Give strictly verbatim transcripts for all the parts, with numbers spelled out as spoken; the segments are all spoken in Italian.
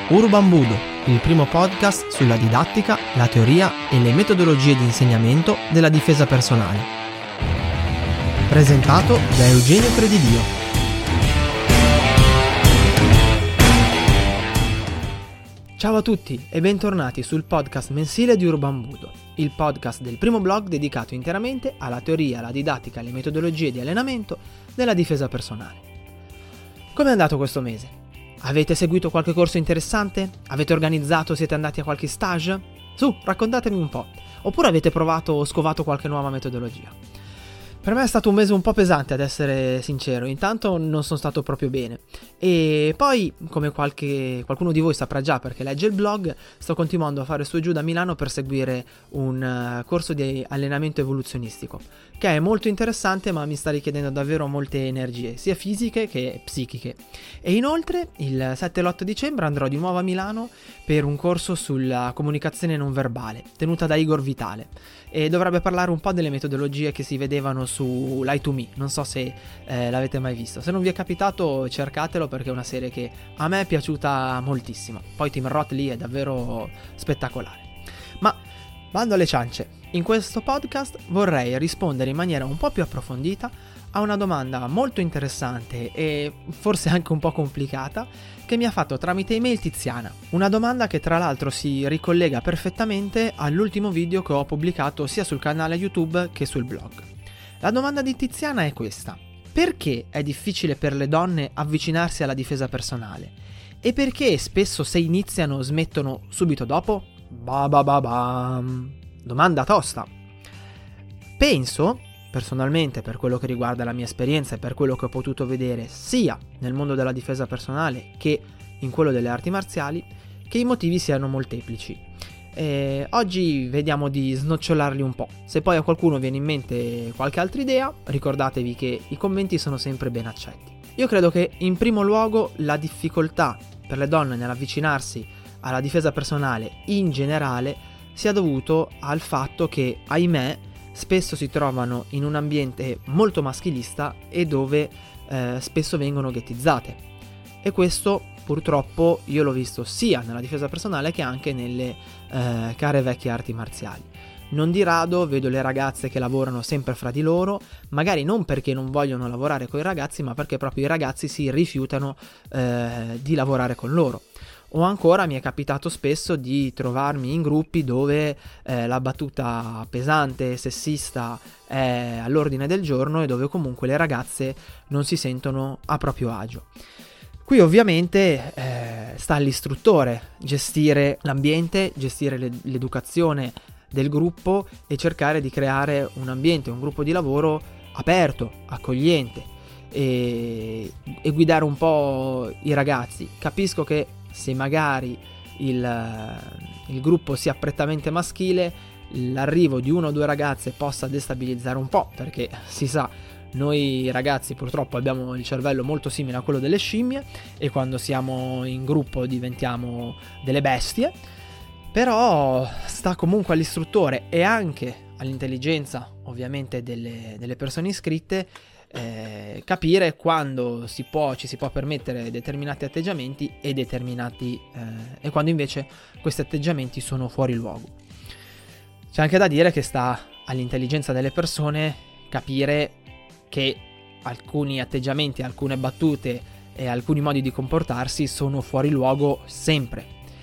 Urban Budo, il primo podcast sulla didattica, la teoria e le metodologie di insegnamento della difesa personale. Presentato da Eugenio Credidio. Ciao a tutti e bentornati sul podcast mensile di Urban Budo, il podcast del primo blog dedicato interamente alla teoria, alla didattica e alle metodologie di allenamento della difesa personale. Come è andato questo mese? Avete seguito qualche corso interessante? Avete organizzato o siete andati a qualche stage? Su, raccontatemi un po'. Oppure avete provato o scovato qualche nuova metodologia? Per me è stato un mese un po' pesante, ad essere sincero. Intanto non sono stato proprio bene. E poi, come qualche, qualcuno di voi saprà già perché legge il blog, sto continuando a fare su e giù da Milano per seguire un uh, corso di allenamento evoluzionistico, che è molto interessante ma mi sta richiedendo davvero molte energie, sia fisiche che psichiche. E inoltre, il sette e l'otto dicembre andrò di nuovo a Milano per un corso sulla comunicazione non verbale, tenuta da Igor Vitale. E dovrebbe parlare un po' delle metodologie che si vedevano su Lie to Me. Non so se eh, l'avete mai visto. Se non vi è capitato, cercatelo perché è una serie che a me è piaciuta moltissimo. Poi Tim Roth lì è davvero spettacolare. Ma bando alle ciance, in questo podcast vorrei rispondere in maniera un po' più approfondita a una domanda molto interessante e forse anche un po' complicata che mi ha fatto tramite email Tiziana. Una domanda che tra l'altro si ricollega perfettamente all'ultimo video che ho pubblicato sia sul canale YouTube che sul blog. La domanda di Tiziana è questa: perché è difficile per le donne avvicinarsi alla difesa personale? E perché spesso se iniziano smettono subito dopo? Ba ba ba bam. Domanda tosta. Penso, personalmente, per quello che riguarda la mia esperienza e per quello che ho potuto vedere sia nel mondo della difesa personale che in quello delle arti marziali, che i motivi siano molteplici. E oggi vediamo di snocciolarli un po'. Se poi a qualcuno viene in mente qualche altra idea, ricordatevi che i commenti sono sempre ben accetti. Io credo che in primo luogo la difficoltà per le donne nell'avvicinarsi alla difesa personale in generale sia dovuto al fatto che, ahimè, spesso si trovano in un ambiente molto maschilista e dove eh, spesso vengono ghettizzate. E questo purtroppo io l'ho visto sia nella difesa personale che anche nelle eh, care vecchie arti marziali. Non di rado vedo le ragazze che lavorano sempre fra di loro, magari non perché non vogliono lavorare con i ragazzi, ma perché proprio i ragazzi si rifiutano eh, di lavorare con loro. O ancora mi è capitato spesso di trovarmi in gruppi dove eh, la battuta pesante e sessista è all'ordine del giorno e dove comunque le ragazze non si sentono a proprio agio. Qui ovviamente eh, sta all'istruttore gestire l'ambiente, gestire l'ed- l'educazione del gruppo e cercare di creare un ambiente, un gruppo di lavoro aperto, accogliente e, e guidare un po' i ragazzi. Capisco che se magari il, il gruppo sia prettamente maschile, l'arrivo di una o due ragazze possa destabilizzare un po', perché si sa, noi ragazzi purtroppo abbiamo il cervello molto simile a quello delle scimmie e quando siamo in gruppo diventiamo delle bestie. Però sta comunque all'istruttore e anche all'intelligenza ovviamente delle, delle persone iscritte Eh, capire quando si può, ci si può permettere determinati atteggiamenti e determinati eh, e quando invece questi atteggiamenti sono fuori luogo. C'è anche da dire che sta all'intelligenza delle persone capire che alcuni atteggiamenti, alcune battute e alcuni modi di comportarsi sono fuori luogo sempre.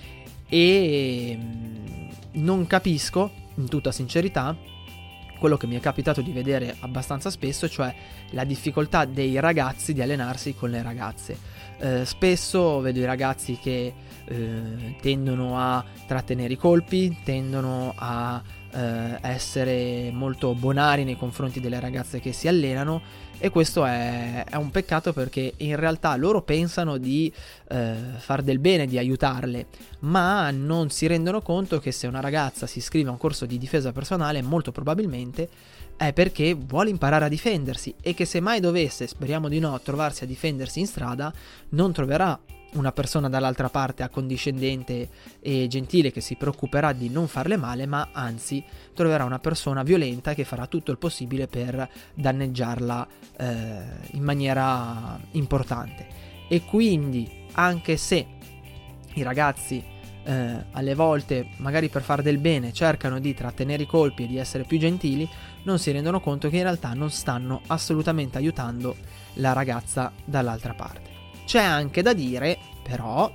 E non capisco, in tutta sincerità, quello che mi è capitato di vedere abbastanza spesso, cioè la difficoltà dei ragazzi di allenarsi con le ragazze. Eh, spesso vedo i ragazzi che eh, tendono a trattenere i colpi, tendono a eh, essere molto bonari nei confronti delle ragazze che si allenano, e questo è, è un peccato perché in realtà loro pensano di eh, far del bene, di aiutarle, ma non si rendono conto che se una ragazza si iscrive a un corso di difesa personale molto probabilmente è perché vuole imparare a difendersi e che se mai dovesse, speriamo di no, trovarsi a difendersi in strada, non troverà una persona dall'altra parte accondiscendente e gentile che si preoccuperà di non farle male, ma anzi troverà una persona violenta che farà tutto il possibile per danneggiarla eh, in maniera importante. E quindi, anche se i ragazzi eh, alle volte, magari per far del bene, cercano di trattenere i colpi e di essere più gentili, non si rendono conto che in realtà non stanno assolutamente aiutando la ragazza dall'altra parte. C'è anche da dire, però,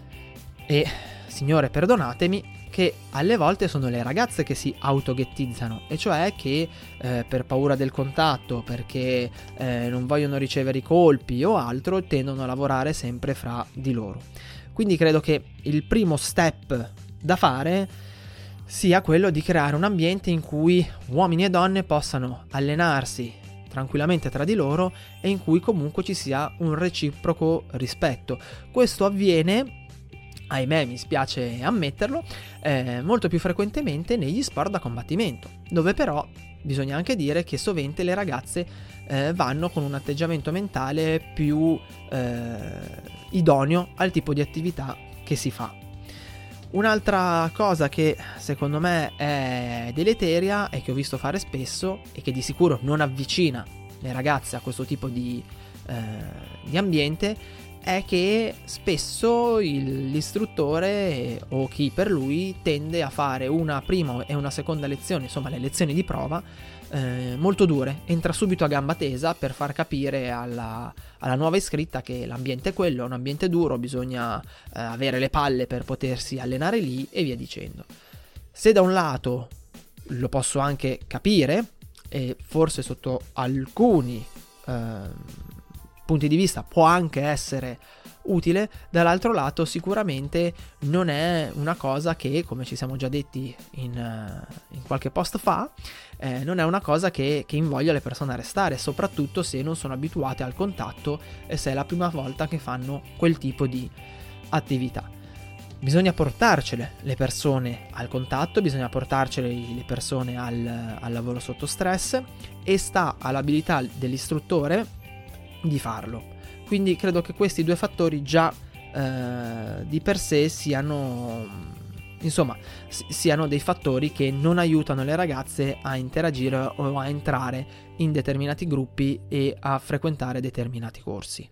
e signore perdonatemi, che alle volte sono le ragazze che si autoghettizzano, e cioè che eh, per paura del contatto, perché eh, non vogliono ricevere i colpi o altro, tendono a lavorare sempre fra di loro. Quindi credo che il primo step da fare sia quello di creare un ambiente in cui uomini e donne possano allenarsi tranquillamente tra di loro e in cui comunque ci sia un reciproco rispetto. Questo avviene, ahimè mi spiace ammetterlo, eh, molto più frequentemente negli sport da combattimento, dove però bisogna anche dire che sovente le ragazze eh, vanno con un atteggiamento mentale più eh, idoneo al tipo di attività che si fa. Un'altra cosa che secondo me è deleteria e che ho visto fare spesso e che di sicuro non avvicina le ragazze a questo tipo di, eh, di ambiente è che spesso il, l'istruttore o chi per lui tende a fare una prima e una seconda lezione, insomma le lezioni di prova, eh, molto dure. Entra subito a gamba tesa per far capire alla, alla nuova iscritta che l'ambiente è quello, è un ambiente duro, bisogna eh, avere le palle per potersi allenare lì e via dicendo. Se da un lato lo posso anche capire, e forse sotto alcuni eh, punti di vista può anche essere utile, dall'altro lato sicuramente non è una cosa che, come ci siamo già detti in, uh, in qualche post fa, eh, non è una cosa che, che invoglia le persone a restare, soprattutto se non sono abituate al contatto e se è la prima volta che fanno quel tipo di attività. Bisogna portarcele le persone al contatto, bisogna portarcele le persone al, al lavoro sotto stress, e sta all'abilità dell'istruttore di farlo. Quindi credo che questi due fattori già eh, di per sé siano, insomma, siano dei fattori che non aiutano le ragazze a interagire o a entrare in determinati gruppi e a frequentare determinati corsi.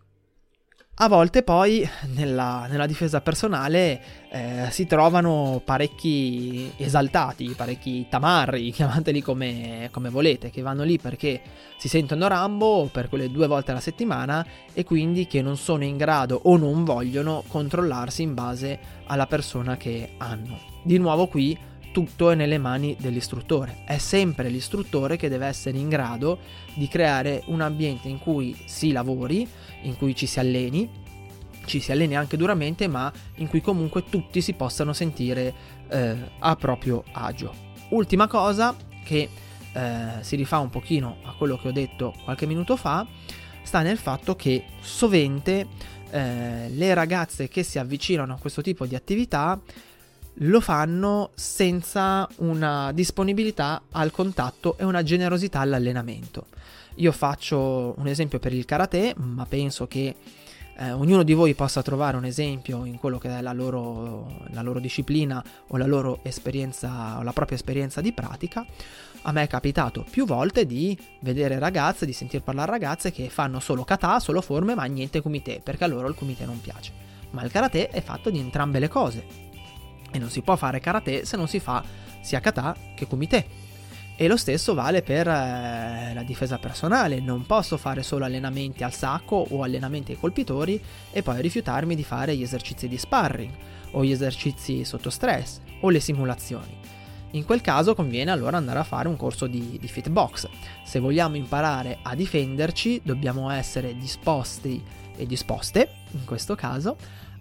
A volte poi nella, nella difesa personale eh, si trovano parecchi esaltati, parecchi tamarri, chiamateli come, come volete, che vanno lì perché si sentono Rambo per quelle due volte alla settimana e quindi che non sono in grado o non vogliono controllarsi in base alla persona che hanno. Di nuovo qui tutto è nelle mani dell'istruttore, è sempre l'istruttore che deve essere in grado di creare un ambiente in cui si lavori, in cui ci si alleni, ci si alleni anche duramente, ma in cui comunque tutti si possano sentire eh, a proprio agio. Ultima cosa che eh, si rifà un pochino a quello che ho detto qualche minuto fa, sta nel fatto che sovente eh, le ragazze che si avvicinano a questo tipo di attività lo fanno senza una disponibilità al contatto e una generosità all'allenamento. Io faccio un esempio per il karate, ma penso che eh, ognuno di voi possa trovare un esempio in quello che è la loro, la loro disciplina o la loro esperienza o la propria esperienza di pratica. A me è capitato più volte di vedere ragazze, di sentir parlare ragazze che fanno solo kata, solo forme, ma niente kumite, perché a loro il kumite non piace. Ma il karate è fatto di entrambe le cose. E non si può fare karate se non si fa sia kata che kumite. E lo stesso vale per eh, la difesa personale. Non posso fare solo allenamenti al sacco o allenamenti ai colpitori e poi rifiutarmi di fare gli esercizi di sparring o gli esercizi sotto stress o le simulazioni. In quel caso conviene allora andare a fare un corso di, di fitbox. Se vogliamo imparare a difenderci dobbiamo essere disposti e disposte, in questo caso,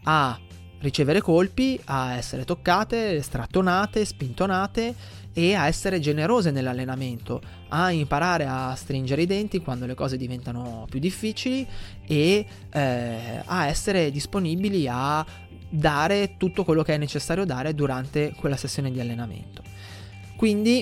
a ricevere colpi, a essere toccate, strattonate, spintonate e a essere generose nell'allenamento, a imparare a stringere i denti quando le cose diventano più difficili e eh, a essere disponibili a dare tutto quello che è necessario dare durante quella sessione di allenamento. Quindi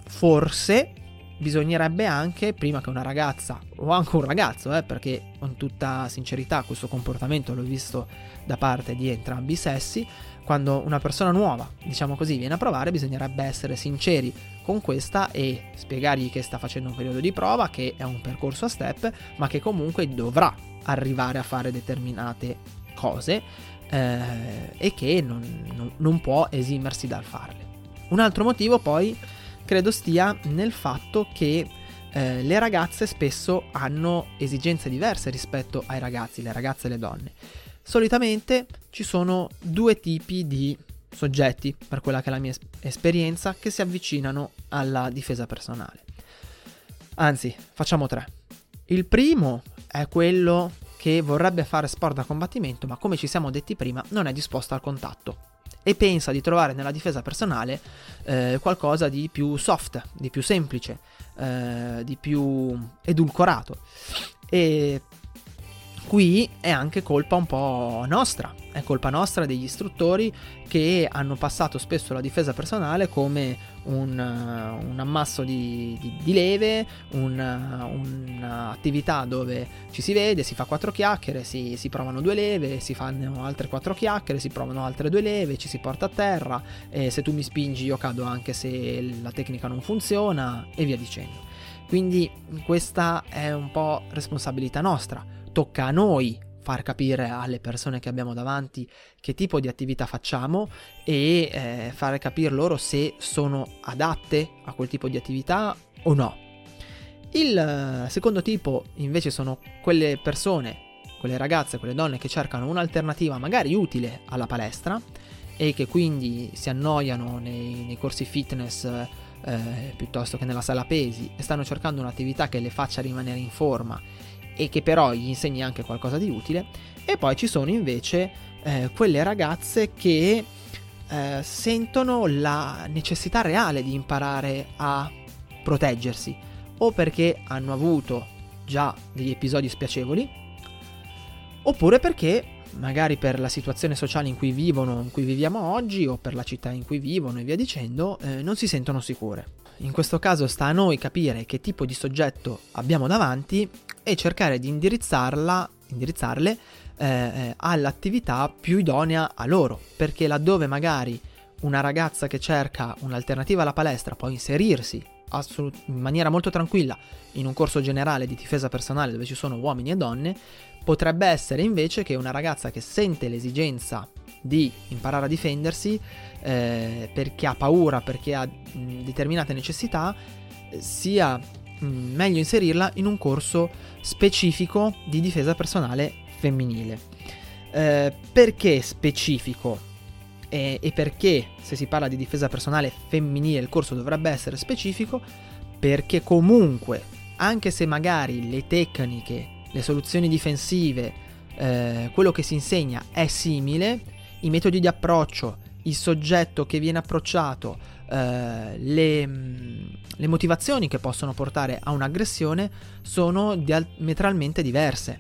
forse bisognerebbe anche, prima che una ragazza o anche un ragazzo, eh, perché con tutta sincerità questo comportamento l'ho visto da parte di entrambi i sessi, quando una persona nuova, diciamo così, viene a provare, bisognerebbe essere sinceri con questa e spiegargli che sta facendo un periodo di prova, che è un percorso a step, ma che comunque dovrà arrivare a fare determinate cose eh, e che non, non, non può esimersi dal farle. Un altro motivo poi credo stia nel fatto che eh, le ragazze spesso hanno esigenze diverse rispetto ai ragazzi, le ragazze e le donne. Solitamente ci sono due tipi di soggetti, per quella che è la mia es- esperienza, che si avvicinano alla difesa personale. Anzi, facciamo tre. Il primo è quello che vorrebbe fare sport da combattimento, ma come ci siamo detti prima, non è disposto al contatto e pensa di trovare nella difesa personale eh, qualcosa di più soft, di più semplice, eh, di più edulcorato. E qui è anche colpa un po' nostra, è colpa nostra degli istruttori che hanno passato spesso la difesa personale come un, un ammasso di, di, di leve, un'attività dove ci si vede, si fa quattro chiacchiere, si, si provano due leve, si fanno altre quattro chiacchiere, si provano altre due leve, ci si porta a terra, e se tu mi spingi io cado anche se la tecnica non funziona e via dicendo. Quindi questa è un po' responsabilità nostra. Tocca a noi far capire alle persone che abbiamo davanti che tipo di attività facciamo e eh, fare capire loro se sono adatte a quel tipo di attività o no. Il secondo tipo invece sono quelle persone, quelle ragazze, quelle donne che cercano un'alternativa magari utile alla palestra e che quindi si annoiano nei, nei corsi fitness eh, piuttosto che nella sala pesi e stanno cercando un'attività che le faccia rimanere in forma e che però gli insegni anche qualcosa di utile. E poi ci sono invece eh, quelle ragazze che eh, sentono la necessità reale di imparare a proteggersi, o perché hanno avuto già degli episodi spiacevoli, oppure perché magari per la situazione sociale in cui vivono, in cui viviamo oggi, o per la città in cui vivono e via dicendo, eh, non si sentono sicure. In questo caso sta a noi capire che tipo di soggetto abbiamo davanti e cercare di indirizzarla, indirizzarle eh, all'attività più idonea a loro, perché laddove magari una ragazza che cerca un'alternativa alla palestra può inserirsi assolut- in maniera molto tranquilla in un corso generale di difesa personale dove ci sono uomini e donne, potrebbe essere invece che una ragazza che sente l'esigenza di imparare a difendersi eh, perché ha paura, perché ha mh, determinate necessità, eh, sia mh, meglio inserirla in un corso specifico di difesa personale femminile. Eh, perché specifico? E, e perché se si parla di difesa personale femminile il corso dovrebbe essere specifico? Perché comunque, anche se magari le tecniche, le soluzioni difensive, eh, quello che si insegna è simile, i metodi di approccio, il soggetto che viene approcciato, eh, le, le motivazioni che possono portare a un'aggressione sono diametralmente diverse.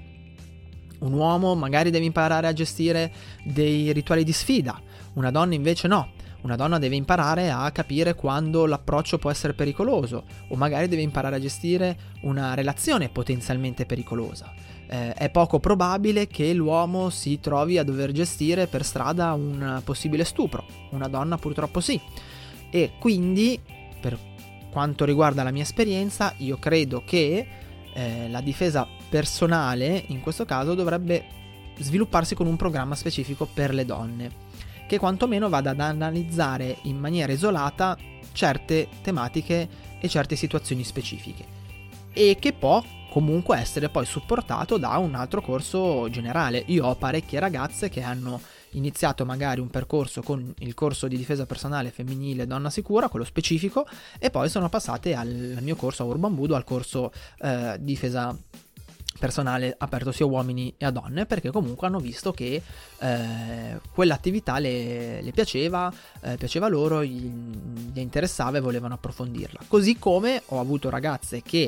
Un uomo magari deve imparare a gestire dei rituali di sfida, una donna invece no. Una donna deve imparare a capire quando l'approccio può essere pericoloso, o magari deve imparare a gestire una relazione potenzialmente pericolosa. Eh, è poco probabile che l'uomo si trovi a dover gestire per strada un possibile stupro, una donna purtroppo sì. E quindi, per quanto riguarda la mia esperienza, io credo che eh, la difesa personale in questo caso dovrebbe svilupparsi con un programma specifico per le donne, che quantomeno vada ad analizzare in maniera isolata certe tematiche e certe situazioni specifiche, e che può comunque essere poi supportato da un altro corso generale. Io ho parecchie ragazze che hanno iniziato magari un percorso con il corso di difesa personale femminile Donna Sicura, quello specifico, e poi sono passate al mio corso a Urban Budo, al corso eh, difesa personale aperto sia a uomini e a donne, perché comunque hanno visto che eh, quell'attività le, le piaceva, eh, piaceva loro, gli, gli interessava e volevano approfondirla. Così come ho avuto ragazze che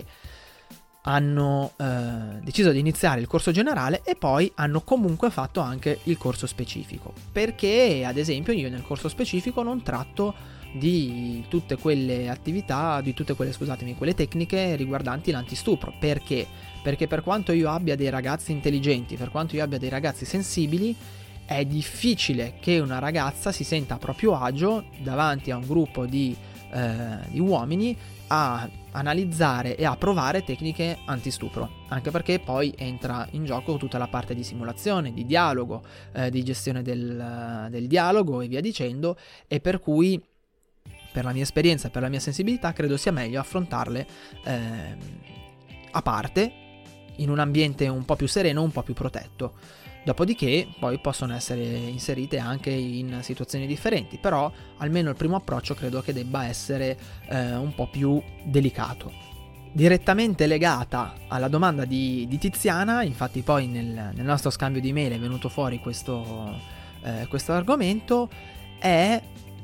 hanno eh, deciso di iniziare il corso generale e poi hanno comunque fatto anche il corso specifico, perché ad esempio io nel corso specifico non tratto di tutte quelle attività, di tutte quelle, scusatemi, quelle tecniche riguardanti l'antistupro. Perché? Perché per quanto io abbia dei ragazzi intelligenti, per quanto io abbia dei ragazzi sensibili, è difficile che una ragazza si senta a proprio agio davanti a un gruppo di eh, di uomini a analizzare e a provare tecniche antistupro, anche perché poi entra in gioco tutta la parte di simulazione, di dialogo, eh, di gestione del, del dialogo e via dicendo, e per cui per la mia esperienza e per la mia sensibilità credo sia meglio affrontarle eh, a parte, in un ambiente un po' più sereno, un po' più protetto. Dopodiché poi possono essere inserite anche in situazioni differenti, però almeno il primo approccio credo che debba essere eh, un po' più delicato. Direttamente legata alla domanda di, di Tiziana, infatti poi nel, nel nostro scambio di mail è venuto fuori questo, eh, questo argomento, è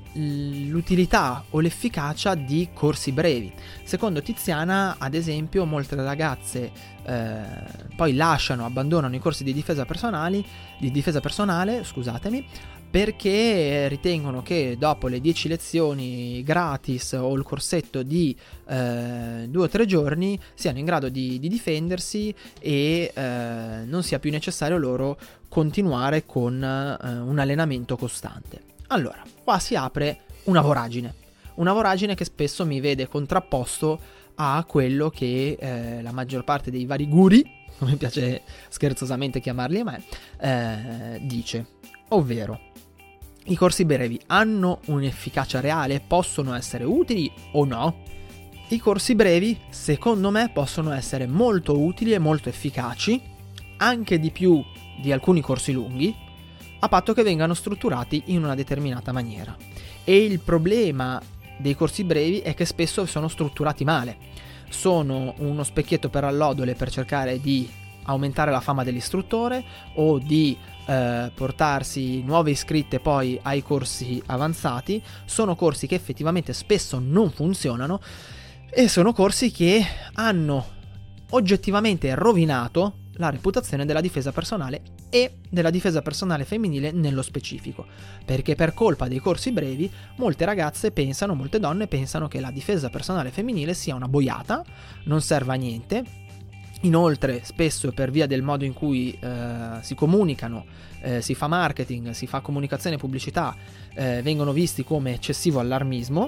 l'utilità o l'efficacia di corsi brevi. Secondo Tiziana, ad esempio, molte ragazze eh, poi lasciano, abbandonano i corsi di difesa personali, di difesa personale, scusatemi, perché ritengono che dopo le dieci lezioni gratis o il corsetto di eh, due o tre giorni siano in grado di, di difendersi e eh, non sia più necessario loro continuare con eh, un allenamento costante. Allora, qua si apre una voragine, una voragine che spesso mi vede contrapposto a quello che eh, la maggior parte dei vari guri, come piace scherzosamente chiamarli a me, eh, dice, ovvero i corsi brevi hanno un'efficacia reale, possono essere utili o no? I corsi brevi, secondo me, possono essere molto utili e molto efficaci, anche di più di alcuni corsi lunghi, a patto che vengano strutturati in una determinata maniera. E il problema dei corsi brevi è che spesso sono strutturati male. Sono uno specchietto per allodole per cercare di aumentare la fama dell'istruttore o di eh, portarsi nuove iscritte poi ai corsi avanzati. Sono corsi che effettivamente spesso non funzionano e sono corsi che hanno oggettivamente rovinato la reputazione della difesa personale e della difesa personale femminile nello specifico, perché per colpa dei corsi brevi molte ragazze pensano, molte donne pensano che la difesa personale femminile sia una boiata, non serva a niente. Inoltre spesso per via del modo in cui eh, si comunicano, eh, si fa marketing, si fa comunicazione e pubblicità, eh, vengono visti come eccessivo allarmismo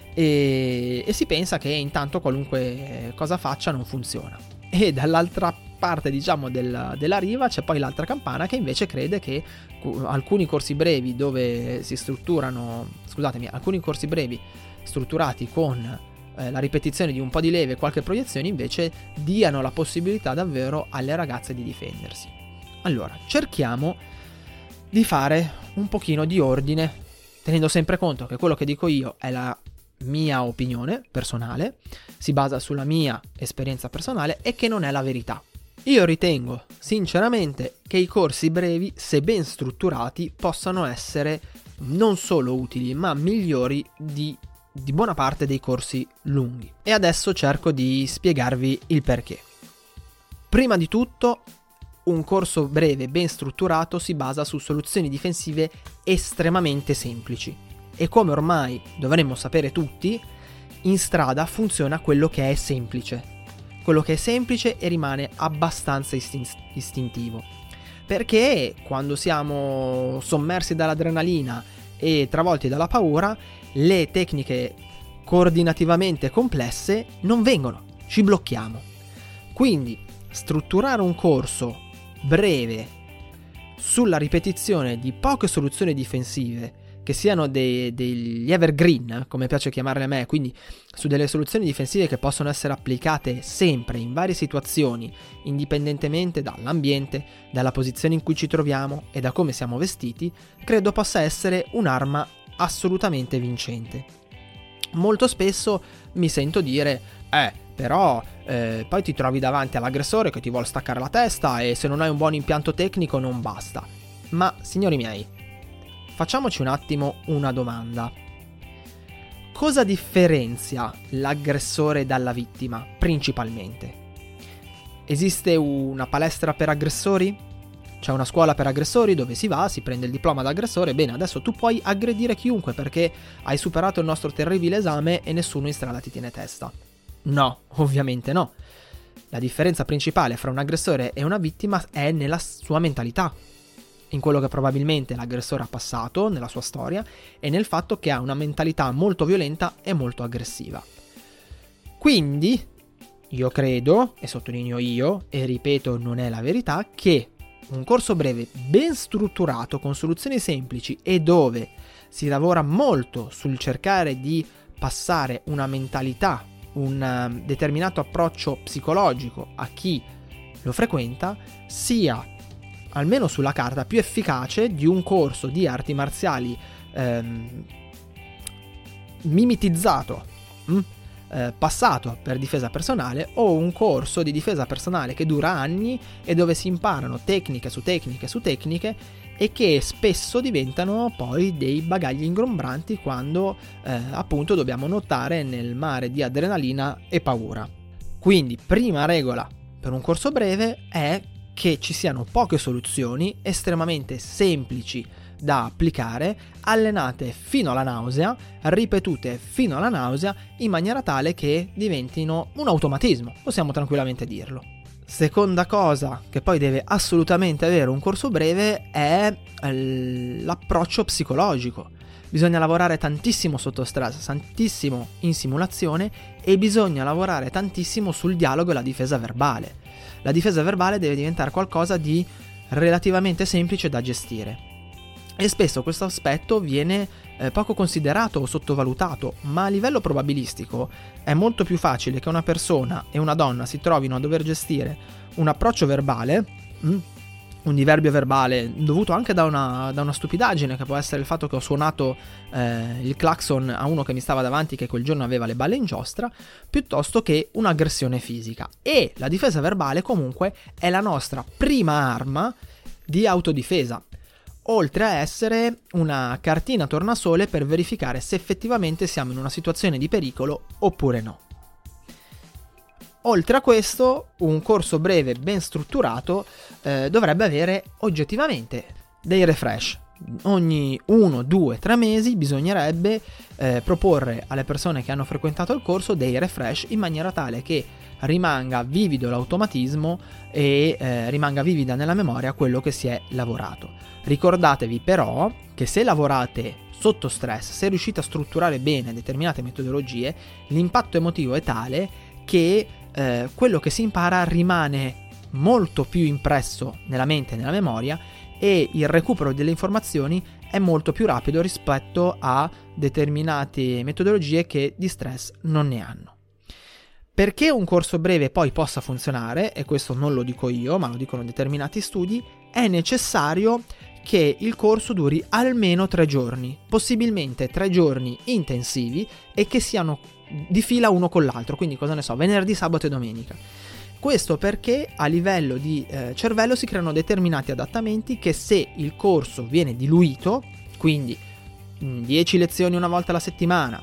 e, e si pensa che intanto qualunque cosa faccia non funziona. E dall'altra parte, diciamo, del, della riva c'è poi l'altra campana che invece crede che alcuni corsi brevi dove si strutturano, scusatemi, alcuni corsi brevi strutturati con eh, la ripetizione di un po' di leve e qualche proiezione invece diano la possibilità davvero alle ragazze di difendersi. Allora, cerchiamo di fare un pochino di ordine, tenendo sempre conto che quello che dico io è la mia opinione personale, si basa sulla mia esperienza personale e che non è la verità. Io ritengo sinceramente che i corsi brevi, se ben strutturati, possano essere non solo utili ma migliori di, di buona parte dei corsi lunghi. E adesso cerco di spiegarvi il perché. Prima di tutto, un corso breve ben strutturato si basa su soluzioni difensive estremamente semplici. E come ormai dovremmo sapere tutti, in strada funziona quello che è semplice. Quello che è semplice e rimane abbastanza istin- istintivo. Perché quando siamo sommersi dall'adrenalina e travolti dalla paura, le tecniche coordinativamente complesse non vengono, ci blocchiamo. Quindi strutturare un corso breve sulla ripetizione di poche soluzioni difensive che siano dei, degli evergreen, come piace chiamarle a me, quindi su delle soluzioni difensive che possono essere applicate sempre in varie situazioni, indipendentemente dall'ambiente, dalla posizione in cui ci troviamo e da come siamo vestiti, credo possa essere un'arma assolutamente vincente. Molto spesso mi sento dire, eh, però eh, poi ti trovi davanti all'aggressore che ti vuole staccare la testa e se non hai un buon impianto tecnico non basta. Ma, signori miei, facciamoci un attimo una domanda. Cosa differenzia l'aggressore dalla vittima, principalmente? Esiste una palestra per aggressori? C'è una scuola per aggressori dove si va, si prende il diploma da aggressore, bene, adesso tu puoi aggredire chiunque perché hai superato il nostro terribile esame e nessuno in strada ti tiene testa. No, ovviamente no. La differenza principale fra un aggressore e una vittima è nella sua mentalità. in quello che probabilmente l'aggressore ha passato nella sua storia e nel fatto che ha una mentalità molto violenta e molto aggressiva. Quindi io credo, e sottolineo io, e ripeto non è la verità, che un corso breve ben strutturato con soluzioni semplici e dove si lavora molto sul cercare di passare una mentalità, un determinato approccio psicologico a chi lo frequenta, sia almeno sulla carta più efficace di un corso di arti marziali ehm, mimetizzato, hm? eh, passato per difesa personale, o un corso di difesa personale che dura anni e dove si imparano tecniche su tecniche su tecniche e che spesso diventano poi dei bagagli ingombranti quando eh, appunto dobbiamo nuotare nel mare di adrenalina e paura. Quindi prima regola per un corso breve è che ci siano poche soluzioni estremamente semplici da applicare, allenate fino alla nausea, ripetute fino alla nausea, in maniera tale che diventino un automatismo, possiamo tranquillamente dirlo. Seconda cosa che poi deve assolutamente avere un corso breve è l'approccio psicologico. Bisogna lavorare tantissimo sotto stress, tantissimo in simulazione e bisogna lavorare tantissimo sul dialogo e la difesa verbale. La difesa verbale deve diventare qualcosa di relativamente semplice da gestire. E spesso questo aspetto viene eh, poco considerato o sottovalutato, ma a livello probabilistico è molto più facile che una persona e una donna si trovino a dover gestire un approccio verbale, mh, un diverbio verbale dovuto anche da una, da una stupidaggine, che può essere il fatto che ho suonato eh, il clacson a uno che mi stava davanti, che quel giorno aveva le balle in giostra, piuttosto che un'aggressione fisica. E la difesa verbale comunque è la nostra prima arma di autodifesa, oltre a essere una cartina tornasole per verificare se effettivamente siamo in una situazione di pericolo oppure no. Oltre a questo, un corso breve ben strutturato eh, dovrebbe avere oggettivamente dei refresh. Ogni uno, due, tre mesi bisognerebbe eh, proporre alle persone che hanno frequentato il corso dei refresh, in maniera tale che rimanga vivido l'automatismo e eh, rimanga vivida nella memoria quello che si è lavorato. Ricordatevi però che se lavorate sotto stress, se riuscite a strutturare bene determinate metodologie, l'impatto emotivo è tale che eh, quello che si impara rimane molto più impresso nella mente e nella memoria, e il recupero delle informazioni è molto più rapido rispetto a determinate metodologie che di stress non ne hanno. Perché un corso breve poi possa funzionare, e questo non lo dico io ma lo dicono determinati studi, è necessario che il corso duri almeno tre giorni, possibilmente tre giorni intensivi e che siano di fila uno con l'altro, quindi cosa ne so, venerdì, sabato e domenica. Questo perché a livello di eh, cervello si creano determinati adattamenti che, se il corso viene diluito, quindi dieci lezioni una volta alla settimana,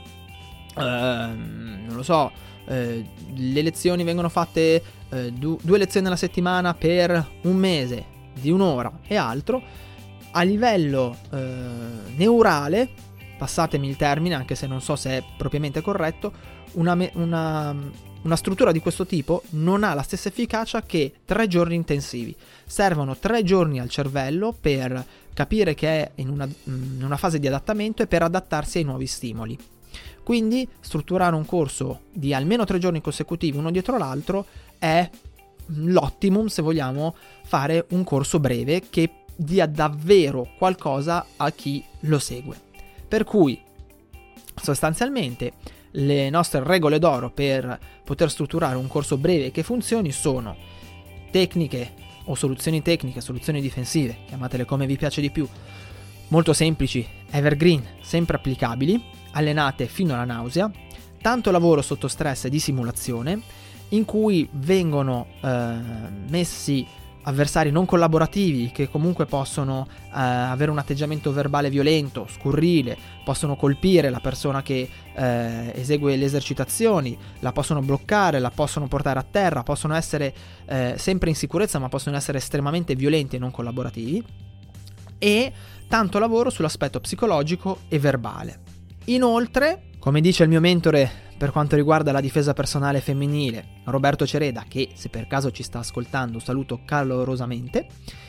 ehm, non lo so, eh, le lezioni vengono fatte eh, du- due lezioni alla settimana per un mese di un'ora e altro, a livello eh, neurale, passatemi il termine anche se non so se è propriamente corretto, una, me- una, una struttura di questo tipo non ha la stessa efficacia che tre giorni intensivi. Servono tre giorni al cervello per capire che è in una, in una fase di adattamento e per adattarsi ai nuovi stimoli. Quindi strutturare un corso di almeno tre giorni consecutivi uno dietro l'altro è l'optimum se vogliamo fare un corso breve che dia davvero qualcosa a chi lo segue. Per cui sostanzialmente le nostre regole d'oro per poter strutturare un corso breve che funzioni sono tecniche o soluzioni tecniche, soluzioni difensive, chiamatele come vi piace di più, molto semplici, evergreen, sempre applicabili, allenate fino alla nausea, tanto lavoro sotto stress e di simulazione, in cui vengono eh, messi avversari non collaborativi che comunque possono eh, avere un atteggiamento verbale violento, scurrile, possono colpire la persona che eh, esegue le esercitazioni, la possono bloccare, la possono portare a terra, possono essere eh, sempre in sicurezza ma possono essere estremamente violenti e non collaborativi, e tanto lavoro sull'aspetto psicologico e verbale. Inoltre, come dice il mio mentore per quanto riguarda la difesa personale femminile, Roberto Cereda, che se per caso ci sta ascoltando saluto calorosamente,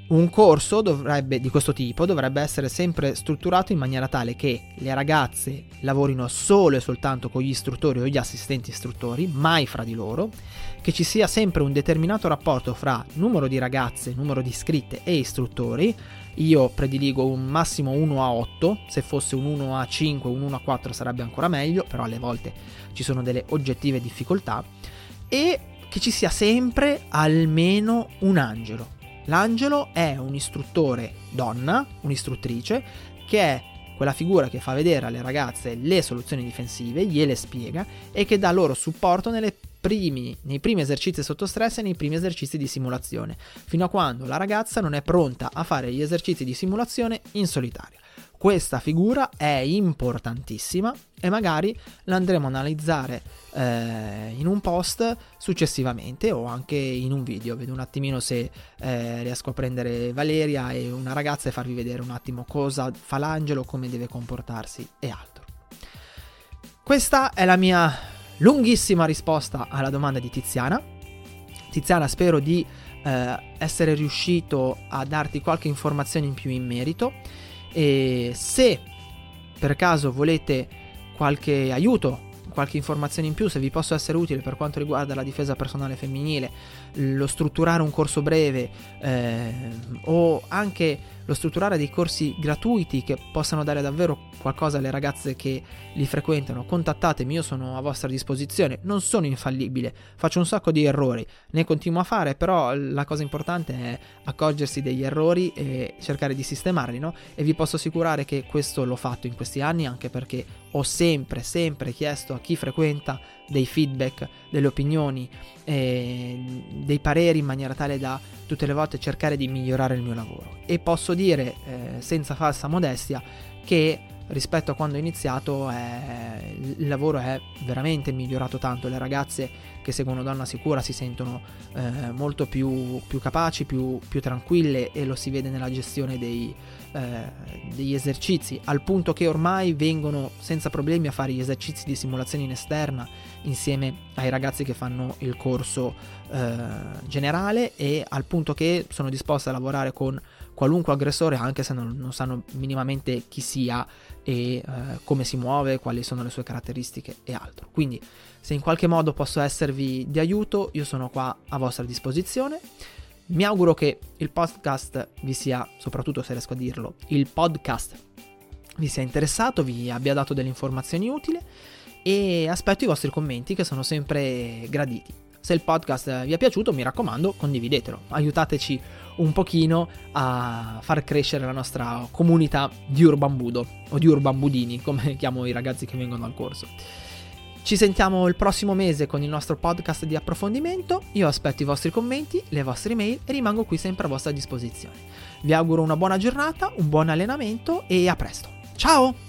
Un corso dovrebbe, di questo tipo dovrebbe essere sempre strutturato in maniera tale che le ragazze lavorino solo e soltanto con gli istruttori o gli assistenti istruttori, mai fra di loro, che ci sia sempre un determinato rapporto fra numero di ragazze, numero di iscritte e istruttori. Io prediligo un massimo uno a otto, se fosse un uno a cinque, un uno a quattro sarebbe ancora meglio, però alle volte ci sono delle oggettive difficoltà, e che ci sia sempre almeno un angelo. L'angelo è un istruttore donna, un'istruttrice, che è quella figura che fa vedere alle ragazze le soluzioni difensive, gliele spiega e che dà loro supporto nelle primi, nei primi esercizi sotto stress e nei primi esercizi di simulazione, fino a quando la ragazza non è pronta a fare gli esercizi di simulazione in solitario. Questa figura è importantissima e magari l'andremo a analizzare eh, in un post successivamente o anche in un video. Vedo un attimino se eh, riesco a prendere Valeria e una ragazza e farvi vedere un attimo cosa fa l'angelo, come deve comportarsi e altro. Questa è la mia lunghissima risposta alla domanda di Tiziana. Tiziana, spero di eh, essere riuscito a darti qualche informazione in più in merito. E se per caso volete qualche aiuto, qualche informazione in più, se vi posso essere utile per quanto riguarda la difesa personale femminile, lo strutturare un corso breve eh, o anche lo strutturare dei corsi gratuiti che possano dare davvero qualcosa alle ragazze che li frequentano, contattatemi, io sono a vostra disposizione. Non sono infallibile, faccio un sacco di errori, ne continuo a fare, però la cosa importante è accorgersi degli errori e cercare di sistemarli, no? E vi posso assicurare che questo l'ho fatto in questi anni, anche perché ho sempre, sempre chiesto a chi frequenta dei feedback, delle opinioni, eh, dei pareri, in maniera tale da tutte le volte cercare di migliorare il mio lavoro. E posso dire eh, senza falsa modestia che rispetto a quando ho iniziato eh, il lavoro è veramente migliorato tanto. Le ragazze che seguono Donna Sicura si sentono eh, molto più, più capaci, più, più tranquille, e lo si vede nella gestione dei, eh, degli esercizi, al punto che ormai vengono senza problemi a fare gli esercizi di simulazione in esterna insieme ai ragazzi che fanno il corso eh, generale, e al punto che sono disposte a lavorare con qualunque aggressore anche se non, non sanno minimamente chi sia e eh, come si muove, quali sono le sue caratteristiche e altro. Quindi se in qualche modo posso esservi di aiuto, io sono qua a vostra disposizione. Mi auguro che il podcast vi sia, soprattutto se riesco a dirlo, il podcast vi sia interessato, vi abbia dato delle informazioni utili, e aspetto i vostri commenti che sono sempre graditi. Se il podcast vi è piaciuto, mi raccomando, condividetelo, aiutateci un pochino a far crescere la nostra comunità di Urban Budo, o di Urban Budini, come chiamo i ragazzi che vengono al corso. Ci sentiamo il prossimo mese con il nostro podcast di approfondimento. Io aspetto i vostri commenti, le vostre email e rimango qui sempre a vostra disposizione. Vi auguro una buona giornata, un buon allenamento e a presto. Ciao!